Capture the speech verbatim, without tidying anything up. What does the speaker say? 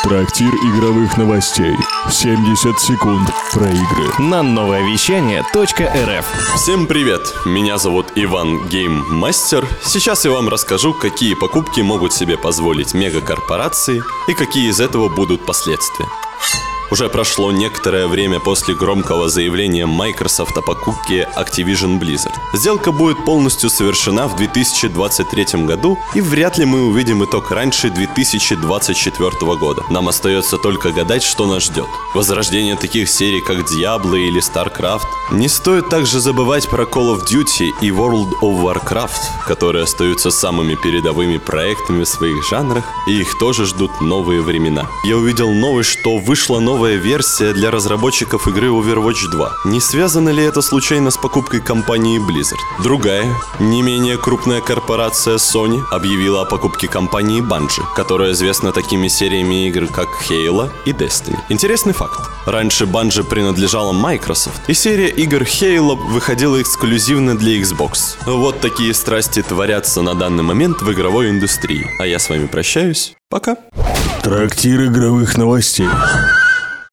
Трактир игровых новостей. семьдесят секунд про игры. На новое вещание .рф. Всем привет! Меня зовут Иван Гейммастер. Сейчас я вам расскажу, какие покупки могут себе позволить мегакорпорации и какие из этого будут последствия. Уже прошло некоторое время после громкого заявления Microsoft о покупке Activision Blizzard. Сделка будет полностью совершена в две тысячи двадцать третьем году, и вряд ли мы увидим итог раньше две тысячи двадцать четвёртого года. Нам остается только гадать, что нас ждет. Возрождение таких серий, как Diablo или StarCraft. Не стоит также забывать про Call of Duty и World of Warcraft, которые остаются самыми передовыми проектами в своих жанрах, и их тоже ждут новые времена. Я увидел новость, что вышла новая Новая версия для разработчиков игры Overwatch два. Не связано ли это случайно с покупкой компании Blizzard? Другая, не менее крупная корпорация Sony объявила о покупке компании Bungie, которая известна такими сериями игр, как Halo и Destiny. Интересный факт. Раньше Bungie принадлежала Microsoft, и серия игр Halo выходила эксклюзивно для Xbox. Вот такие страсти творятся на данный момент в игровой индустрии. А я с вами прощаюсь. Пока. Трактир игровых новостей.